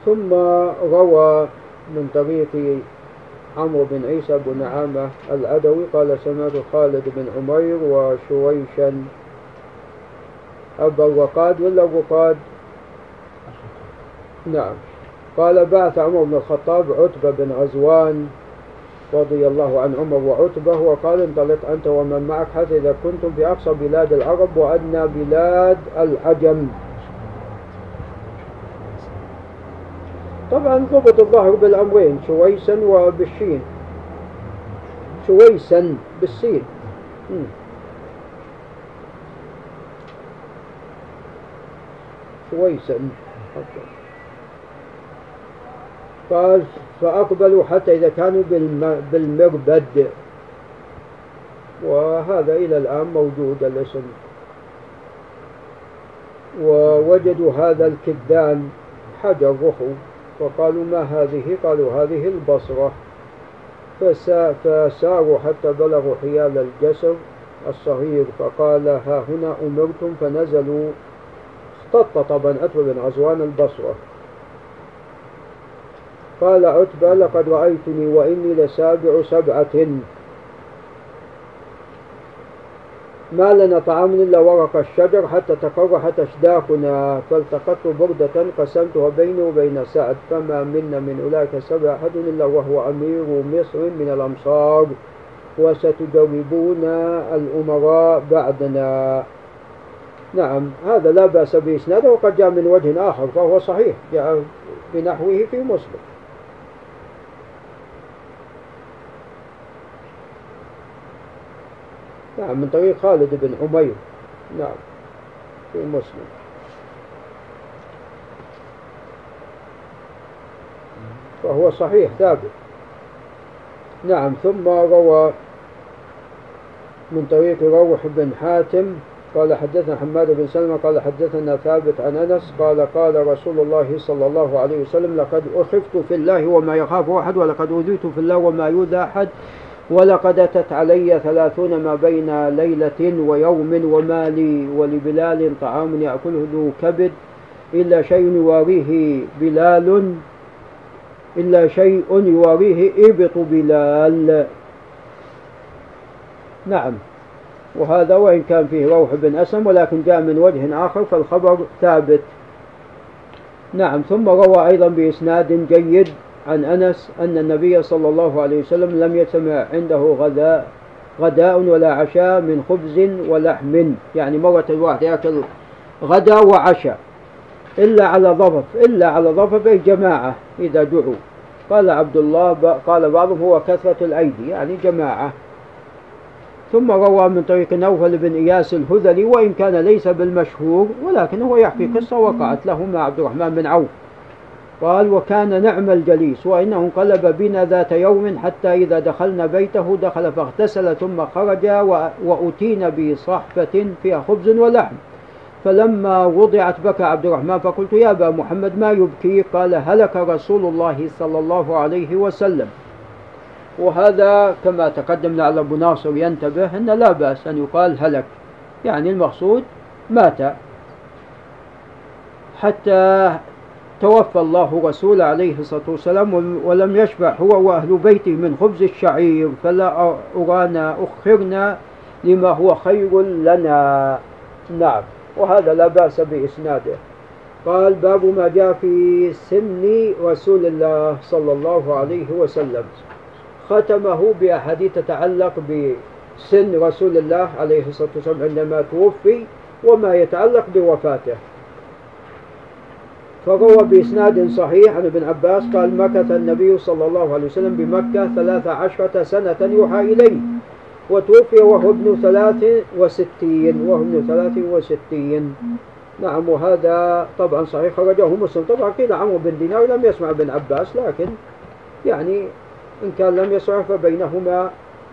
ثم روى من طريق عمرو بن عيسى بن نعامة العدوي قال سمعت خالد بن عمير وشويشا أبا الرقاد ولا الرقاد؟ نعم. قال بعث عمر بن الخطاب عتبة بن غزوان رضي الله عن عمر وعتبة وقال انطلق أنت ومن معك حتى إذا كنتم في أقصى بلاد العرب وأدنى بلاد العجم. طبعا ضبط الظاهر بالأمرين شويسا وبالشين، شويسا بالسين. شويسا. قال فأقبلوا حتى إذا كانوا بالمربد، وهذا إلى الآن موجود الاسم. ووجدوا هذا الكدان حجر رخو فقالوا ما هذه؟ قالوا هذه البصرة. فساروا حتى بلغوا حيال الجسر الصغير فقال ها هنا أمرتم، فنزلوا. اختط طبعا عتبة بن غزوان البصرة. قال عتبة لقد رأيتني وإني لسابع سبعة ما لنا طعام إلا ورق الشجر حتى تقرحت أشداقنا، فالتقطت بردة قسمتها بيني وبين سعد، فما منا من أولئك السبع أحد إلا وهو أمير مصر من الأمصار، وستجربون الأمراء بعدنا. نعم، هذا لا بأس بإسناده وقد جاء من وجه آخر فهو صحيح، جاء بنحوه في مسلم. نعم، من طريق خالد بن عمير. نعم، في مسلم. فهو صحيح ثابت. نعم. ثم روى من طريق روح بن حاتم قال حدثنا حماد بن سلمة قال حدثنا ثابت عن أنس قال قال رسول الله صلى الله عليه وسلم لقد أخفت في الله وما يخاف أحد، ولقد أوذيت في الله وما يؤذى أحد، ولقد أتت علي 30 ما بين ليلة ويوم، وما لي ولبلال طعام يأكله ذو كبد إلا شيء يواريه بلال، إلا شيء يواريه إبط بلال. نعم. وهذا وإن كان فيه روح بن أسم ولكن جاء من وجه آخر فالخبر ثابت. نعم. ثم روى أيضا بإسناد جيد عن أنس أن النبي صلى الله عليه وسلم لم يجتمع عنده غداء ولا عشاء من خبز ولحم، يعني مرة الواحد يأكل غداء وعشاء إلا على ضفف أي جماعة إذا دعوا. قال عبد الله قال بعضهم هو كثرة الأيدي يعني جماعة. ثم روى من طريق نوفل بن إياس الهذلي وإن كان ليس بالمشهور ولكن هو يحكي قصة وقعت له مع عبد الرحمن بن عوف. قال وكان نعم الجليس وإنه انقلب بنا ذات يوم حتى إذا دخلنا بيته دخل فاغتسل ثم خرج وأتينا بصحفة فيها خبز ولحم، فلما وضعت بكى عبد الرحمن فقلت يا أبا محمد ما يبكي؟ قال هلك رسول الله صلى الله عليه وسلم. وهذا كما تقدم لعل أبو ناصر ينتبه أن لا بأس أن يقال هلك، يعني المقصود مات حتى توفى الله رسول عليه الصلاة والسلام ولم يشبع هو وأهل بيته من خبز الشعير، فلا أرانا أخرنا لما هو خير لنا. نعم. وهذا لا بأس بإسناده. قال باب ما جاء في سن رسول الله صلى الله عليه وسلم، ختمه بأحاديث تتعلق بسن رسول الله عليه الصلاة والسلام عندما توفي وما يتعلق بوفاته. فروى بإسناد صحيح عن ابن عباس قال مكث النبي صلى الله عليه وسلم بمكة 13 سنة يوحى إليه، وتوفي وهو ابن 63. نعم. وهذا طبعا صحيح خرجه مسلم. طبعا قيل عمرو بن دينار لم يسمع ابن عباس، لكن يعني إن كان لم يسمع فبينهما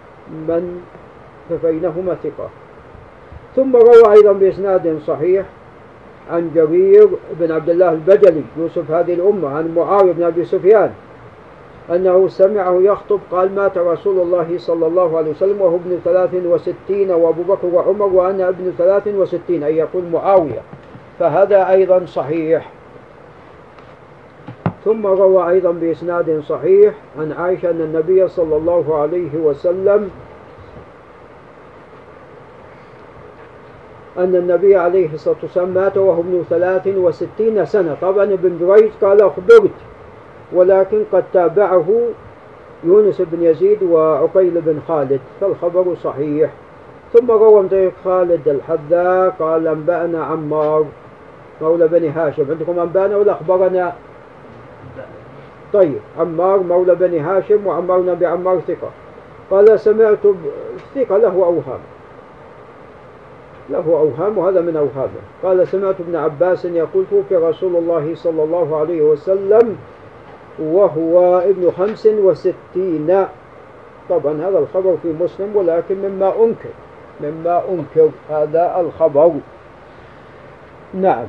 ثقة. ثم روى أيضا بإسناد صحيح عن جرير بن عبد الله البجلي يوسف هذه الأمة عن معاوية بن أبي سفيان أنه سمعه يخطب قال مات رسول الله صلى الله عليه وسلم وهو ابن 63 وأبو بكر وعمر وأنا ابن 63، أي يقول معاوية، فهذا أيضا صحيح. ثم روى أيضا بإسناد صحيح عن عائشة أن النبي صلى الله عليه وسلم أن النبي عليه الصلاة والسلام مات وهو ابن 63 سنة. طبعا ابن جريج قال أخبرت، ولكن قد تابعه يونس بن يزيد وعقيل بن خالد، فالخبر صحيح. ثم روى من طريق خالد الحذاء قال أنبأنا عمار مولى بني هاشم. عندكم أنبأنا ولا أخبرنا؟ طيب، عمار مولى بني هاشم، وعمرنا بعمار ثقة. قال سمعت ثقة له أوهام وهذا من أوهامه. قال سمعت ابن عباس يقول توفي رسول الله صلى الله عليه وسلم وهو ابن 65. طبعا هذا الخبر في مسلم، ولكن مما أنكر هذا الخبر. نعم.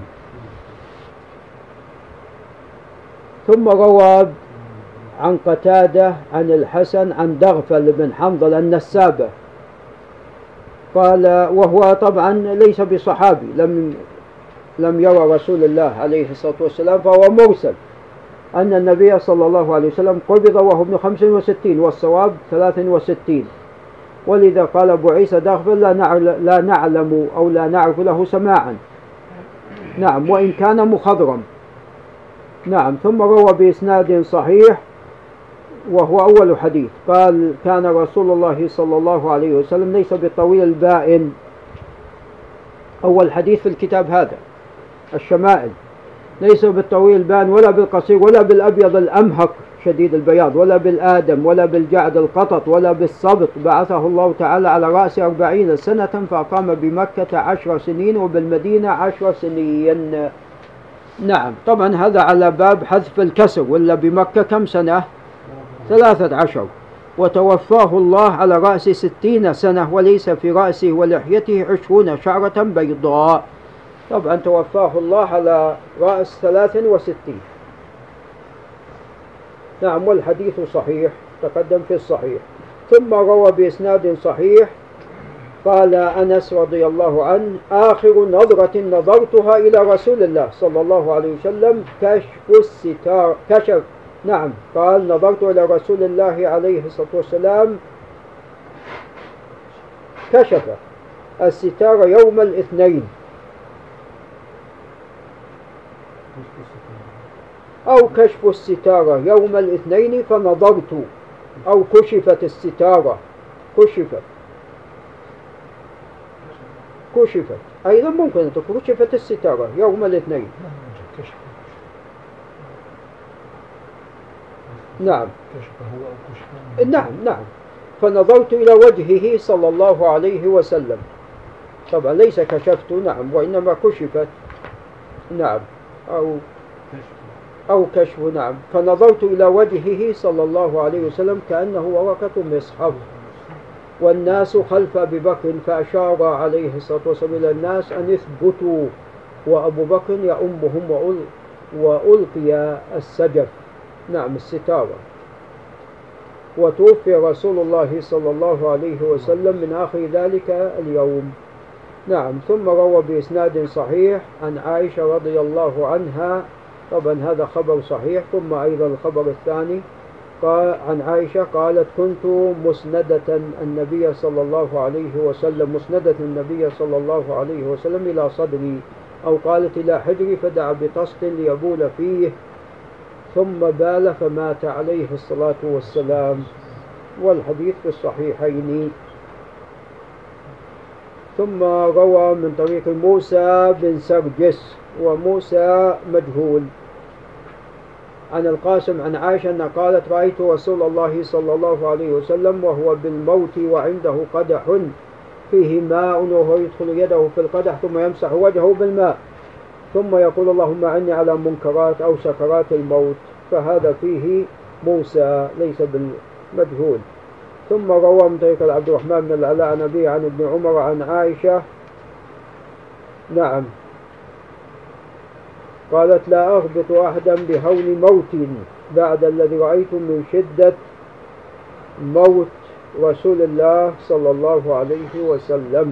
ثم روى عن قتادة عن الحسن عن دغفل بن حنظل النسابة قال، وهو طبعا ليس بصحابي، لم يرى رسول الله عليه الصلاة والسلام، فهو مرسل، أن النبي صلى الله عليه وسلم قبض وهو ابن 65 والصواب 63. ولذا قال أبو عيسى دغفل لا نعلم أو لا نعرف له سماعا. نعم، وإن كان مخضرم. نعم. ثم روى بإسناد صحيح وهو أول حديث قال كان رسول الله صلى الله عليه وسلم ليس بالطويل البائن. أول حديث في الكتاب هذا الشمائل، ليس بالطويل البائن ولا بالقصير ولا بالأبيض الأمهق شديد البياض ولا بالآدم ولا بالجعد القطط ولا بالصبط. بعثه الله تعالى على رأس 40 سنة، فأقام بمكة 10 سنين وبالمدينة 10 سنين. نعم. طبعا هذا على باب حذف الكسر، ولا بمكة كم سنة؟ 13. وتوفاه الله على رأس 60 سنة، وليس في رأسه ولحيته 20 شعرة بيضاء. طبعا توفاه الله على رأس 63. نعم. والحديث صحيح تقدم في الصحيح. ثم روى بإسناد صحيح قال أنس رضي الله عنه آخر نظرة نظرتها إلى رسول الله صلى الله عليه وسلم كشف. نعم. قال نظرت إلى رسول الله عليه الصلاة والسلام كشف الستار يوم الاثنين، أو كشف الستارة يوم الاثنين فنظرت، أو كشفت الستارة، كشفت أيضا ممكن أن تكون كشفت الستارة يوم الاثنين. نعم. نعم. فنظرت إلى وجهه صلى الله عليه وسلم. طبعا ليس كشفت، نعم، وإنما كشفت. نعم. أو كشف. نعم. فنظرت إلى وجهه صلى الله عليه وسلم كأنه ورقة مصحف، والناس خلف أبي بكر، فأشار عليه الصلاة والسلام إلى الناس أن يثبتوا، وأبو بكر يؤمهم، وألقي السجف. نعم، الستارة. وتوفي رسول الله صلى الله عليه وسلم من آخر ذلك اليوم. نعم. ثم روى بإسناد صحيح عن عائشة رضي الله عنها، طبعا هذا خبر صحيح. ثم أيضا الخبر الثاني قال عن عائشة قالت كنت مسندة النبي صلى الله عليه وسلم إلى صدري، أو قالت إلى حجري، فدعا بطست ليبول فيه ثم بال فمات عليه الصلاة والسلام. والحديث في الصحيحين. ثم روى من طريق موسى بن سرجس، وموسى مجهول، عن القاسم عن عائشة أن قالت رأيت رسول الله صلى الله عليه وسلم وهو بالموت وعنده قدح فيه ماء، وهو يدخل يده في القدح ثم يمسح وجهه بالماء ثم يقول اللهم أعني على منكرات أو سكرات الموت. فهذا فيه موسى ليس بالمجهول. ثم روى من طريق عبد الرحمن بن العلاء عن أبيه عن ابن عمر عن عائشة. نعم. قالت لا أغبط أحدا بهول موت بعد الذي رأيت من شدة موت رسول الله صلى الله عليه وسلم.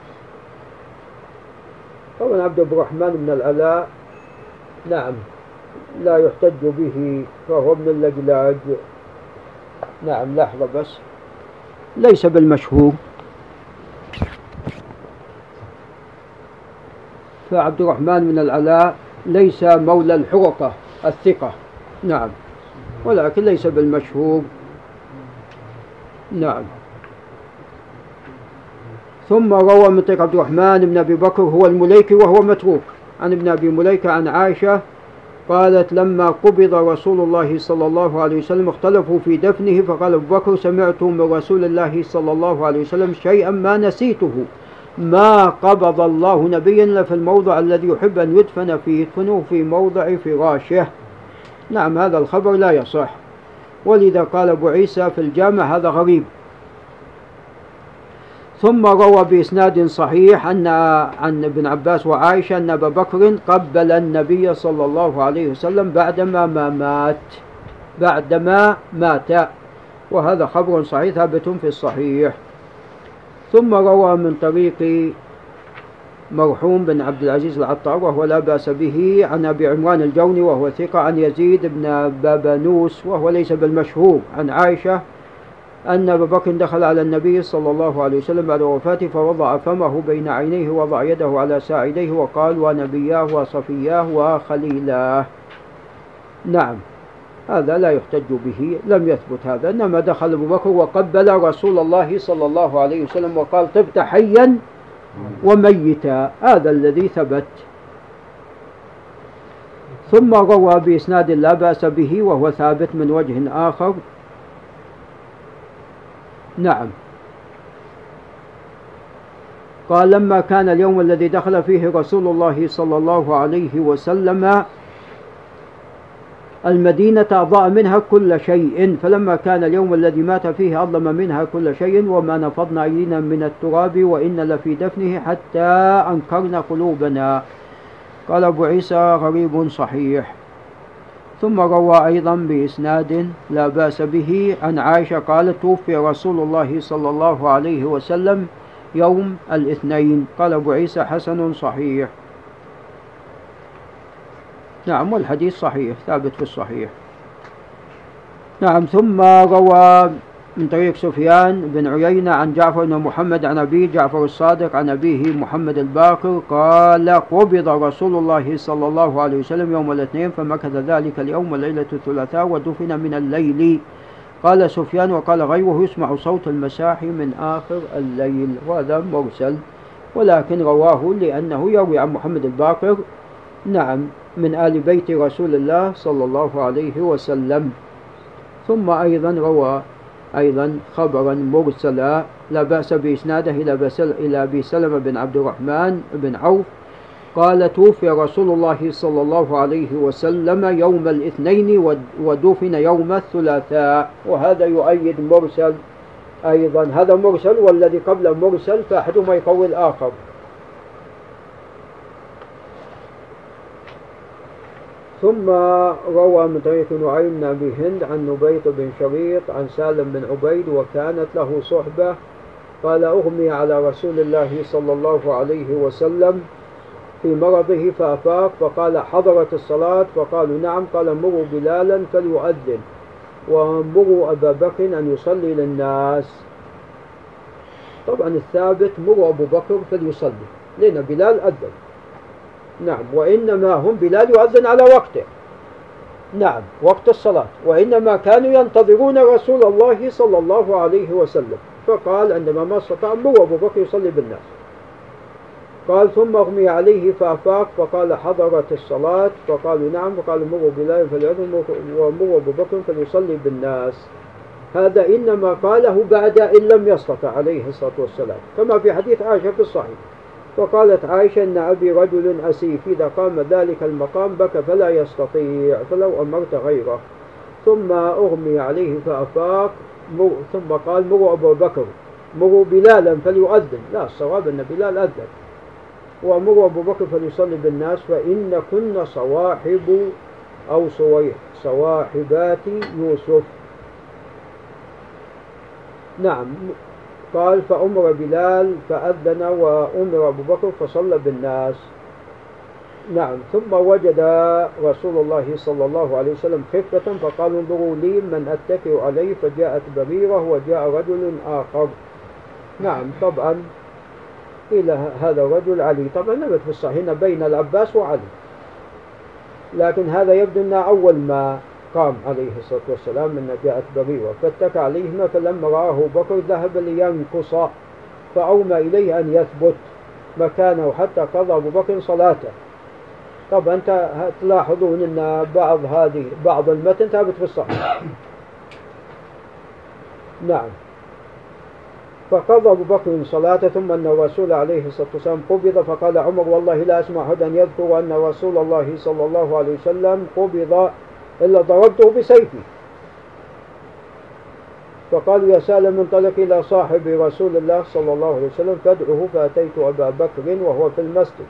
طبعا عبد الرحمن بن العلاء، نعم، لا يحتج به فهو من اللجلاج. نعم لحظة بس، ليس بالمشهور. فعبد الرحمن بن العلاء ليس مولى الحرقة الثقة، نعم، ولكن ليس بالمشهور. نعم. ثم روى من طريق عبد الرحمن بن أبي بكر هو المليكي وهو متروك، عن ابن أبي مليكة عن عائشة قالت لما قبض رسول الله صلى الله عليه وسلم اختلفوا في دفنه فقال أبو بكر سمعت من رسول الله صلى الله عليه وسلم شيئا ما نسيته، ما قبض الله نبيا إلا في الموضع الذي يحب أن يدفن فيه يدفنه في موضع فراشه. نعم هذا الخبر لا يصح، ولذا قال أبو عيسى في الجامع هذا غريب. ثم روى بإسناد صحيح أن عن ابن عباس وعائشة أن أبا بكر قبل النبي صلى الله عليه وسلم بعدما مات، وهذا خبر صحيح ثابت في الصحيح. ثم روى من طريق مرحوم بن عبد العزيز العطار وهو لا بأس به عن أبي عمران الجوني وهو ثقة عن يزيد بن بابنوس وهو ليس بالمشهور عن عائشة أن أبا بكر دخل على النبي صلى الله عليه وسلم بعد وفاته فوضع فمه بين عينيه ووضع يده على ساعديه وقال ونبياه وصفياه وخليلاه. نعم هذا لا يحتج به، لم يثبت هذا، إنما دخل أبو بكر وقبل رسول الله صلى الله عليه وسلم وقال طبت حيا وميتا، هذا الذي ثبت. ثم روى بإسناد لا بأس به وهو ثابت من وجه آخر. نعم قال لما كان اليوم الذي دخل فيه رسول الله صلى الله عليه وسلم المدينة أضاء منها كل شيء، فلما كان اليوم الذي مات فيه أظلم منها كل شيء وما نفضنا أيدينا من التراب وإن لفي دفنه حتى أنكرنا قلوبنا. قال أبو عيسى غريب صحيح. ثم روى أيضا بإسناد لا بأس به عن عائشة قالت توفي رسول الله صلى الله عليه وسلم يوم الاثنين. قال أبو عيسى حسن صحيح. نعم والحديث صحيح ثابت في الصحيح. نعم. ثم روى من طريق سفيان بن عيينة عن جعفر بن محمد عن أبيه جعفر الصادق عن أبيه محمد الباقر قال قبض رسول الله صلى الله عليه وسلم يوم الاثنين فمكث ذلك اليوم وليلة الثلاثاء ودفن من الليل. قال سفيان وقال غيره يسمع صوت المساحي من آخر الليل، وهذا مرسل ولكن رواه لأنه يروي عن محمد الباقر نعم من آل بيت رسول الله صلى الله عليه وسلم. ثم أيضا روى أيضا خبرا مرسلا لا بأس بإسناده إلى أبي سلمة بن عبد الرحمن بن عوف قال توفي رسول الله صلى الله عليه وسلم يوم الاثنين ودفن يوم الثلاثاء، وهذا يؤيد مرسل أيضا، هذا مرسل والذي قبل مرسل فأحدهما يقوي الآخر. ثم روى من طريق نعيم بن أبي هند عن نبيط بن شريط عن سالم بن عبيد وكانت له صحبة قال أغمي على رسول الله صلى الله عليه وسلم في مرضه فأفاق فقال حضرت الصلاة؟ فقالوا نعم. قال مروا بلالا فليؤذن ومروا أبا بكر أن يصلي للناس. طبعا الثابت مروا أبو بكر فليصلي لأن بلال أذن، نعم، وإنما هم بلال يؤذن على وقته، نعم وقت الصلاة، وإنما كانوا ينتظرون رسول الله صلى الله عليه وسلم، فقال عندما ما استطاع مروا أبو بكر يصلي بالناس. قال ثم أغمي عليه فأفاق فقال حضرت الصلاة؟ فقالوا نعم. فقالوا مروا بلال فليؤذن ومروا أبو بكر فليصلي بالناس. هذا إنما قاله بعد إن لم يستطع عليه الصلاة والسلام كما في حديث عائشة في الصحيح. فقالت عائشة إن أبي رجل أسيف إذا قام ذلك المقام بكى فلا يستطيع فلو أمرت غيره. ثم أغمي عليه فأفاق ثم قال مروا أبو بكر مروا بلالا فليؤذن، لا الصواب أن بلال أذن، ومروا أبو بكر فليصلي بالناس فإن كن صواحب أو صواحبات يوسف. نعم. قال فأمر بلال فأذن وأمر أبو بكر فصلى بالناس. نعم. ثم وجد رسول الله صلى الله عليه وسلم خفة فقالوا انظروا لي من أتكئ عليه، فجاءت بريرة وجاء رجل آخر. نعم. طبعا إلى هذا الرجل علي، طبعا نبت في الصحيح بين العباس وعلي، لكن هذا يبدو أن أول ما قام عليه الصلاة والسلام من جاءت بريرة فاتكى عليهما، فلما رآه بكر ذهب لينقص فأومى إليه أن يثبت مكانه حتى قضى أبو بكر صلاته. طبعا تلاحظون أن بعض المتن ثابت في الصحيح. نعم. فقضى أبو بكر صلاته، ثم أن الرسول عليه الصلاة والسلام قبض، فقال عمر والله لا أسمع أحدا يذكر أن رسول الله صلى الله عليه وسلم قبض إلا ضربته بسيفي. فقالوا يا سالم انطلق إلى صاحب رسول الله صلى الله عليه وسلم فادعه، فأتيت أبا بكر وهو في المسجد.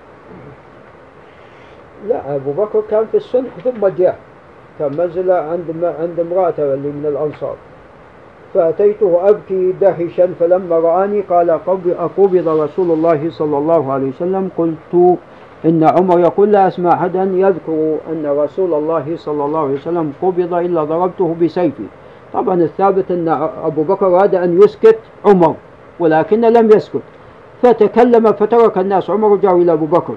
لا، أبو بكر كان في الصنح ثم جاء، كان منزل عند امرأته اللي من الأنصار، فأتيته أبكي دهشا، فلما رآني قال أقبض رسول الله صلى الله عليه وسلم؟ قلت إن عمر يقول لا أسمع أحدا يذكر أن رسول الله صلى الله عليه وسلم قبض إلا ضربته بسيفي. طبعا الثابت أن أبو بكر أراد أن يسكت عمر ولكن لم يسكت، فتكلم فترك الناس عمر وجاءوا إلى أبو بكر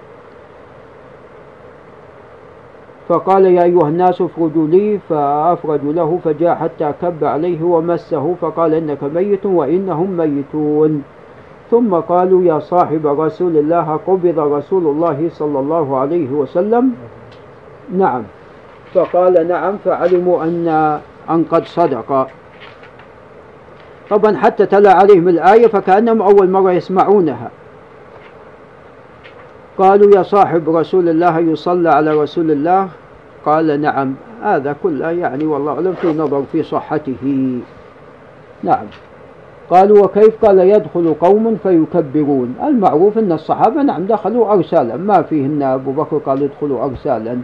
فقال يا أيها الناس افرجوا لي، فأفرجوا له، فجاء حتى كب عليه ومسه فقال إنك ميت وإنهم ميتون. ثم قالوا يا صاحب رسول الله قبض رسول الله صلى الله عليه وسلم؟ نعم. فقال نعم، فعلموا أن قد صدق. طبعا حتى تلا عليهم الآية فكأنهم أول مرة يسمعونها. قالوا يا صاحب رسول الله يصلى على رسول الله؟ قال نعم. هذا كله يعني والله أعلم في نظر في صحته. نعم. قالوا وكيف؟ قال يدخل قوم فيكبرون. المعروف أن الصحابة نعم دخلوا أرسالا، ما فيه أن أبو بكر قال يدخلوا أرسالا.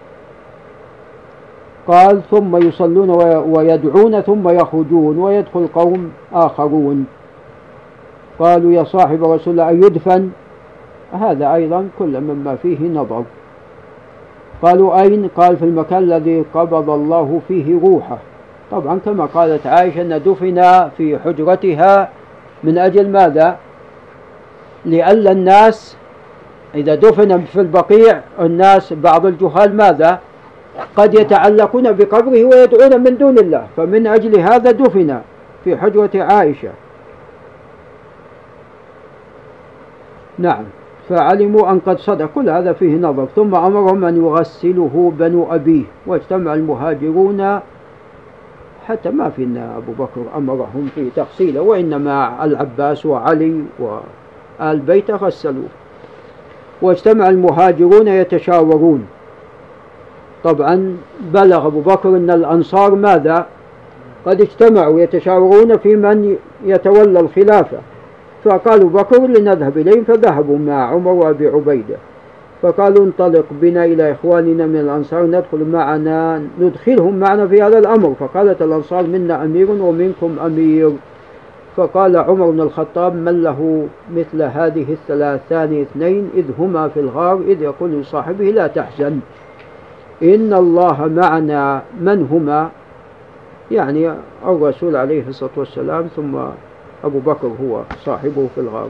قال ثم يصلون ويدعون ثم يخرجون ويدخل قوم آخرون. قالوا يا صاحب رسول الله يدفن؟ هذا أيضا كل مما فيه نظر. قالوا أين؟ قال في المكان الذي قبض الله فيه روحه. طبعا كما قالت عائشة أن دفن في حجرتها من أجل ماذا؟ لأن الناس إذا دفن في البقيع الناس بعض الجهال ماذا؟ قد يتعلقون بقبره ويدعون من دون الله، فمن أجل هذا دفن في حجرة عائشة. نعم. فعلموا أن قد صدق، كل هذا فيه نظر. ثم أمرهم أن يغسله بنو أبيه، واجتمع المهاجرون، حتى ما في أن أبو بكر أمرهم في تغسيله، وإنما العباس وعلي وآل بيت غسلوه. واجتمع المهاجرون يتشاورون. طبعا بلغ أبو بكر أن الأنصار ماذا؟ قد اجتمعوا يتشاورون في من يتولى الخلافة، فقالوا بكر لنذهب إليهم، فذهبوا مع عمر وأبي عبيدة، فقالوا انطلق بنا إلى إخواننا من الأنصار ندخلهم معنا في هذا الأمر. فقالت الأنصار منا أمير ومنكم أمير. فقال عمر بن الخطاب من له مثل هذه الثلاث؟ ثاني اثنين إذ هما في الغار إذ يقول لصاحبه لا تحزن إن الله معنا. من هما؟ يعني الرسول عليه الصلاة والسلام، ثم أبو بكر هو صاحبه في الغار.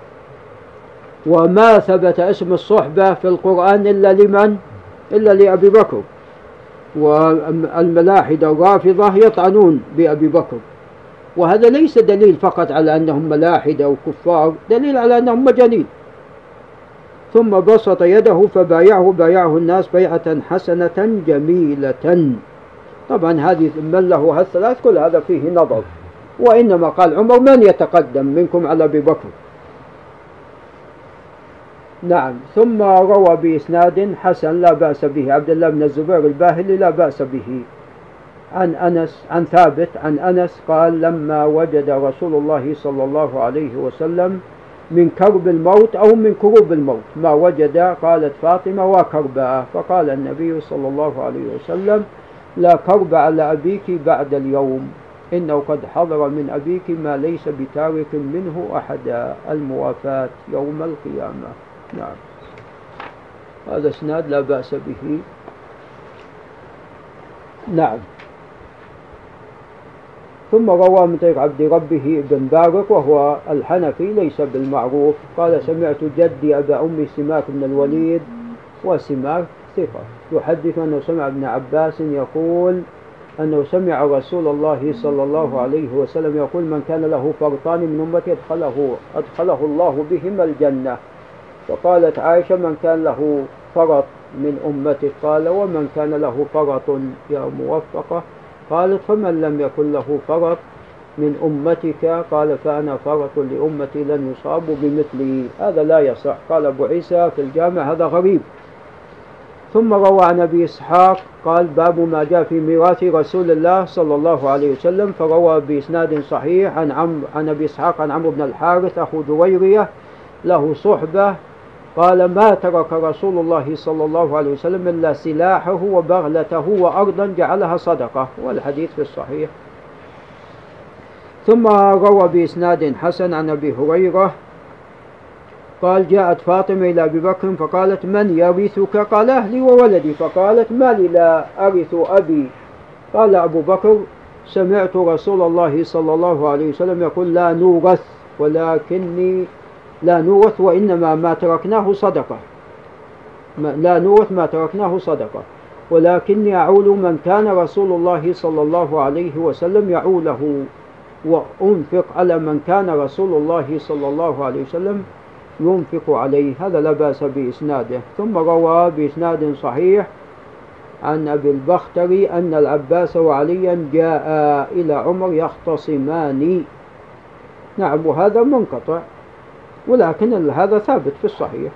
وما ثبت اسم الصحبة في القرآن إلا لمن؟ إلا لأبي بكر. والملاحدة الرافضة يطعنون بأبي بكر، وهذا ليس دليل فقط على أنهم ملاحدة وكفار، دليل على أنهم مجانين. ثم بسط يده فبايعه الناس بيعة حسنة جميلة. طبعا هذه من له هالثلاث كل هذا فيه نظر، وإنما قال عمر من يتقدم منكم على أبي بكر. نعم. ثم روى بإسناد حسن لا بأس به عبد الله بن الزبير الباهلي لا بأس به عن ثابت عن أنس قال لما وجد رسول الله صلى الله عليه وسلم من كرب الموت أو من كروب الموت ما وجد، قالت فاطمة وكربا، فقال النبي صلى الله عليه وسلم لا كرب على أبيك بعد اليوم إنه قد حضر من أبيك ما ليس بتارك منه أحدا، الموافاة يوم القيامة. نعم. هذا إسناد لا بأس به. نعم. ثم روى من طريق عبد ربه بن بارك وهو الحنفي ليس بالمعروف قال سمعت جدي أبا أم سماك بن الوليد، وسماك ثقة، يحدث أنه سمع ابن عباس يقول أنه سمع رسول الله صلى الله عليه وسلم يقول من كان له فرطان من أمتي أدخله الله بهما الجنة. فقالت عائشة من كان له فرط من أمتي؟ قال ومن كان له فرط يا موفقة؟ قالت فمن لم يكن له فرط من أمتك؟ قال فأنا فرط لأمتي لن يصابوا بمثلي. هذا لا يصح. قال أبو عيسى في الجامع هذا غريب. ثم روى عن أبي إسحاق قال باب ما جاء في ميراث رسول الله صلى الله عليه وسلم، فروى بإسناد صحيح عن أبي إسحاق عن عمرو بن الحارث أخو جويرية له صحبة قال ما ترك رسول الله صلى الله عليه وسلم إلا سلاحه وبغلته وأرضا جعلها صدقة، والحديث في الصحيح. ثم روى بإسناد حسن عن أبي هريرة قال جاءت فاطمة إلى أبي بكر فقالت من يرثك؟ قال أهلي وولدي. فقالت ما لي لا أرث أبي؟ قال أبو بكر سمعت رسول الله صلى الله عليه وسلم يقول لا نورث وإنما ما تركناه صدقة، لا نورث ما تركناه صدقة، ولكني أعول من كان رسول الله صلى الله عليه وسلم يعوله وأنفق على من كان رسول الله صلى الله عليه وسلم ينفق عليه. هذا لا بأس بإسناده. ثم روى بإسناد صحيح عن أبي البختري أن العباس وعليا جاء إلى عمر يختصمان. نعم، وهذا منقطع، ولكن هذا ثابت في الصحيح.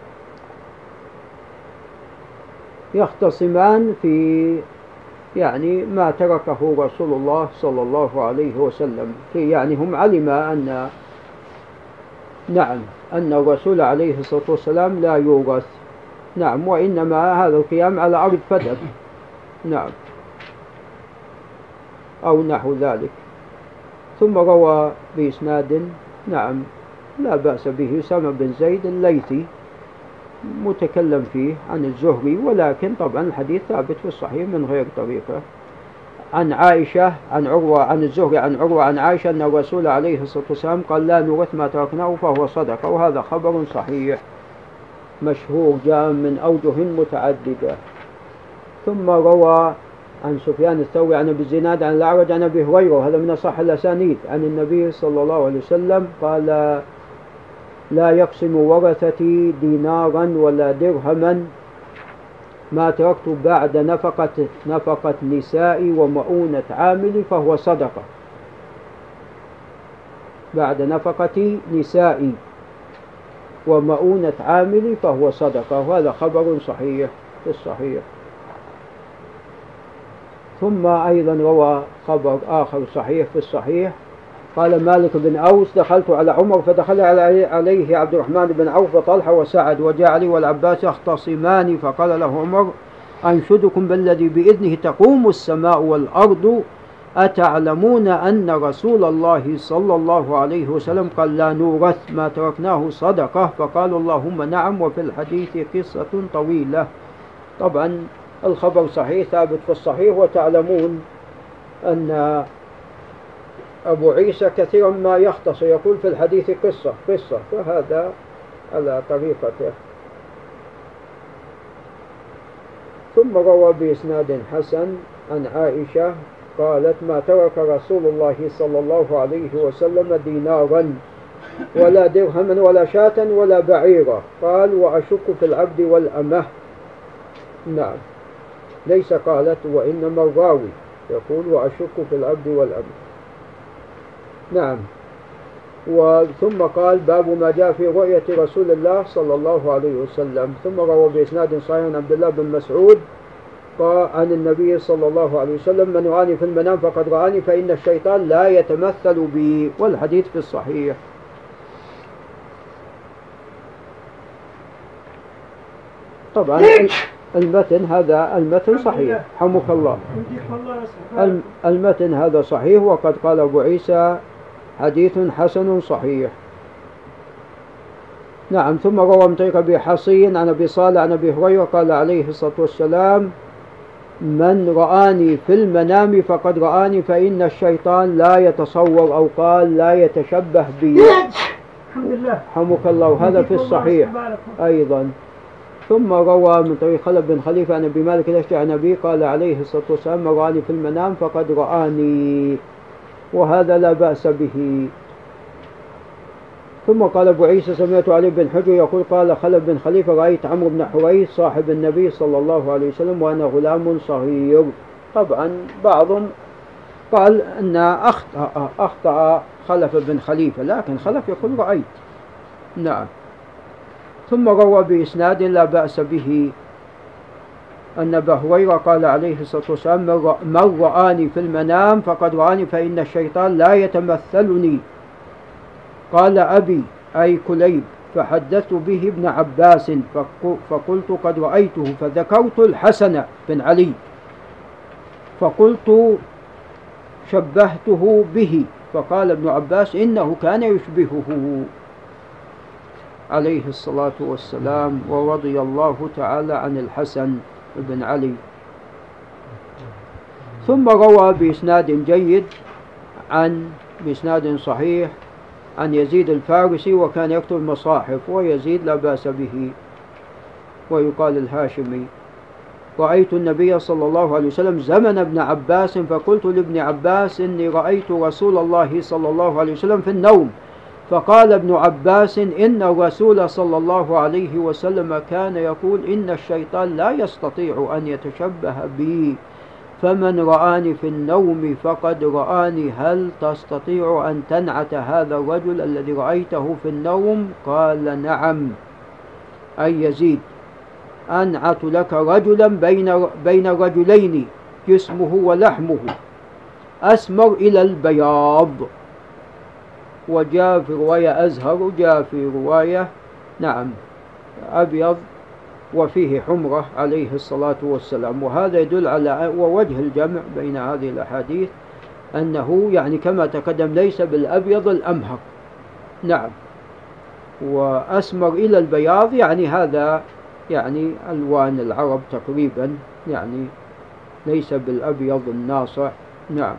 يختصمان في يعني ما تركه رسول الله صلى الله عليه وسلم، في يعني هم علم أن الرسول عليه الصلاة والسلام لا يورث. نعم، وإنما هذا القيام على أرض فدك، نعم، أو نحو ذلك. ثم روى بإسناد نعم لا بأس به أسامة بن زيد الليثي متكلم فيه عن الزهري، ولكن طبعا الحديث ثابت في الصحيح من غير طريقة. عن عائشة عن عروة عن الزهري عن عروة عن عائشة أن الرسول عليه الصلاة والسلام قال لا نورث ما تركناه فهو صدقة، وهذا خبر صحيح مشهور جاء من أوجه متعددة. ثم روى عن سفيان الثوري عن أبي الزناد عن الأعرج عن أبي هريرة، هذا من أصح الأسانيد، عن النبي صلى الله عليه وسلم قال لا يقسم ورثتي دينارا ولا درهما ما تركت بعد نفقة نسائي ومؤونة عاملي فهو صدقة. بعد نفقة نسائي ومؤونة عاملي فهو صدقة، وهذا خبر صحيح في الصحيح. ثم أيضا روى خبر آخر صحيح في الصحيح قال مالك بن أوس دخلت على عمر فدخل عليه عبد الرحمن بن عوف وطلحة وسعد وجاء علي والعباس يختصمان، فقال له عمر أنشدكم بالذي بإذنه تقوم السماء والأرض أتعلمون أن رسول الله صلى الله عليه وسلم قال لا نورث ما تركناه صدقة؟ فقالوا اللهم نعم. وفي الحديث قصة طويلة. طبعا الخبر صحيح ثابت في الصحيح، وتعلمون أن أبو عيسى كثيرا ما يختصر يقول في الحديث قصة، فهذا على طريقته. ثم روى بإسناد حسن عن عائشة قالت ما ترك رسول الله صلى الله عليه وسلم دينارا ولا درهما ولا شاة ولا بعيرا، قال وأشك في العبد والأمة. نعم، ليس قالت، وإنما الراوي يقول وأشك في العبد والأمة. نعم. ثم قال باب ما جاء في رؤية رسول الله صلى الله عليه وسلم. ثم روى بإسناد صحيح عن عبد الله بن مسعود قال عن النبي صلى الله عليه وسلم من رآني في المنام فقد رآني فإن الشيطان لا يتمثل بي، والحديث في الصحيح. طبعا المتن هذا المتن صحيح، حمك الله، المتن هذا صحيح، وقد قال أبو عيسى حديث حسن صحيح. نعم. ثم روى من طريق أبي حصين عن أبي صالح عن أبي هريرة قال عليه الصلاة والسلام: من رآني في المنام فقد رآني فإن الشيطان لا يتصور، أو قال لا يتشبه بي. الحمد لله. حمك الله. هذا في الصحيح أيضا. ثم روى من طريق خلف بن خليفة عن أبي مالك الأشجعي عن أبي قال عليه الصلاة والسلام: من رآني في المنام فقد رآني، وهذا لا بأس به. ثم قال أبو عيسى: سمعت علي بن حجر يقول قال خلف بن خليفة: رأيت عمرو بن حريث صاحب النبي صلى الله عليه وسلم وأنا غلام صغير. طبعا بعضهم قال أن أخطأ خلف بن خليفة، لكن خلف يقول رأيت. نعم. ثم روى بإسناد لا بأس به أن أبا هريرة قال عليه الصلاة والسلام: من رآني في المنام فقد رآني فإن الشيطان لا يتمثلني. قال أبي أي كليب، فحدثت به ابن عباس فقلت قد رأيته، فذكرت الحسن بن علي فقلت شبهته به، فقال ابن عباس: إنه كان يشبهه عليه الصلاة والسلام. ورضي الله تعالى عن الحسن بن علي. ثم روى بإسناد جيد بإسناد صحيح عن يزيد الفارسي وكان يكتب المصاحف، ويزيد لا بأس به ويقال الهاشمي: رأيت النبي صلى الله عليه وسلم زمن ابن عباس فقلت لابن عباس: إني رأيت رسول الله صلى الله عليه وسلم في النوم. فقال ابن عباس: إن الرسول صلى الله عليه وسلم كان يقول: إن الشيطان لا يستطيع أن يتشبه بي، فمن رآني في النوم فقد رآني، هل تستطيع أن تنعت هذا الرجل الذي رأيته في النوم؟ قال: نعم، أي يزيد، أنعت لك رجلا بين رجلين جسمه ولحمه أسمر إلى البياض، وجاء في رواية أزهر، وجاء في رواية نعم أبيض وفيه حمرة عليه الصلاة والسلام. وهذا يدل على ووجه الجمع بين هذه الأحاديث أنه يعني كما تقدم ليس بالأبيض الأمهر، نعم، وأسمر إلى البياض يعني هذا يعني ألوان العرب تقريبا، يعني ليس بالأبيض الناصع، نعم،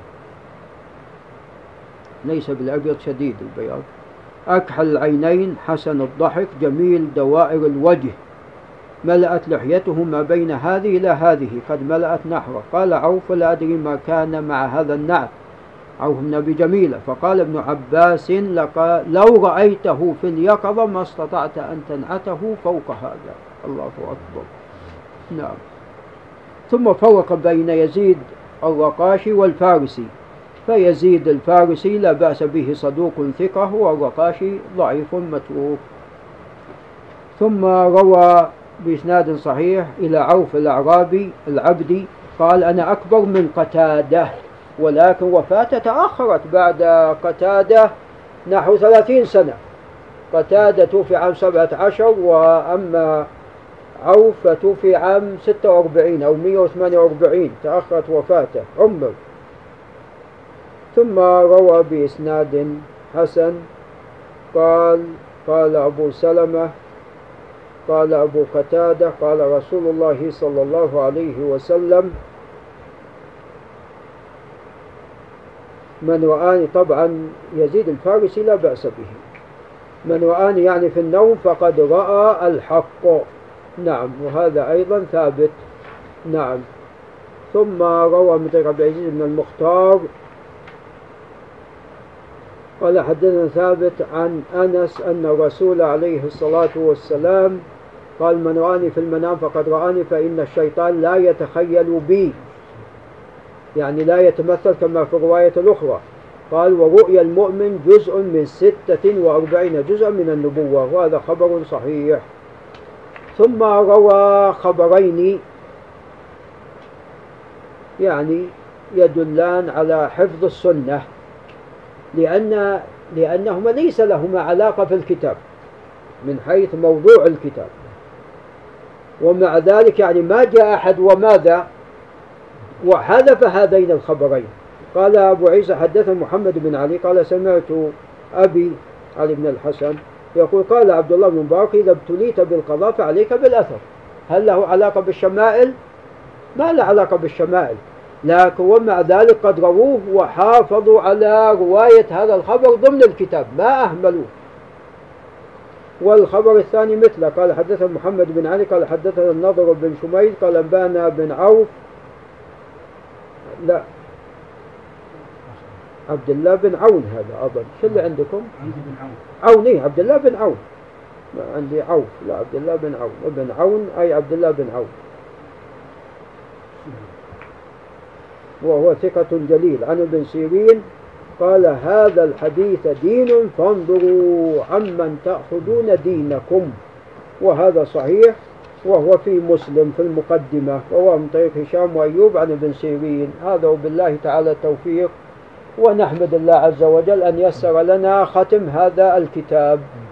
ليس بالأبيض شديد البياض. أكحل العينين، حسن الضحك، جميل دوائر الوجه، ملأت لحيته ما بين هذه إلى هذه، قد ملأت نحره. قال عوف: لا أدري ما كان مع هذا النعت. عوف بن أبي جميلة. فقال ابن عباس: لو رأيته في اليقظة ما استطعت أن تنعته فوق هذا. الله أكبر. نعم. ثم فرق بين يزيد الرقاشي والفارسي، فيزيد الفارسي لا بأس به، صدوق ثقة، والرقاشي ضعيف متروك. ثم روى بإسناد صحيح إلى عوف الأعرابي العبدي قال: أنا أكبر من قتادة، ولكن وفاته تأخرت بعد قتادة نحو 30 سنة. قتادة توفي عام 17، وأما عوف توفي عام 46 أو 148، تأخرت وفاته عمر. ثم روى بإسناد حسن قال أبو سلمة قال أبو قتادة قال رسول الله صلى الله عليه وسلم: من رآني، طبعا يزيد الفارسي لا بأس به، من رآني يعني في النوم فقد رأى الحق، نعم، وهذا أيضا ثابت، نعم. ثم روى من طريق عبد العزيز بن المختار قال: حدثنا ثابت عن أنس أن الرسول عليه الصلاة والسلام قال: من رآني في المنام فقد رآني، فإن الشيطان لا يتخيل بي، يعني لا يتمثل كما في الرواية الأخرى. قال: ورؤيا المؤمن جزء من 46 جزءا من النبوة، وهذا خبر صحيح. ثم روى خبرين يعني يدلان على حفظ السنة، لأنهما ليس لهما علاقة في الكتاب من حيث موضوع الكتاب، ومع ذلك يعني ما جاء أحد وماذا وحذف هذين الخبرين. قال أبو عيسى: حدثنا محمد بن علي قال: سمعت أبي علي بن الحسن يقول قال عبد الله بن مبارك إذا ابتليت بالقضاء فعليك بالأثر. هل له علاقة بالشمائل؟ ما له علاقة بالشمائل، لكن ومع ذلك قد رووه وحافظوا على رواية هذا الخبر ضمن الكتاب، ما أهملوه. والخبر الثاني مثله، قال حدثنا محمد بن علي قال حدثنا النضر بن شميل قال أنبانا بن عوف، لا عبد الله بن عون هذا أظن. شو اللي عندكم؟ عندي بن عون. عوني عبد الله بن عون، ما عندي عوف، لا عبد الله بن عون، ابن عون أي عبد الله بن عون، وهو ثقة جليل. عن ابن سيرين قال هذا الحديث دين فانظروا عمن تأخذون دينكم، وهذا صحيح، وهو في مسلم في المقدمة، وهو من طريق هشام وأيوب عن ابن سيرين. هذا وبالله تعالى التوفيق، ونحمد الله عز وجل أن يسر لنا ختم هذا الكتاب.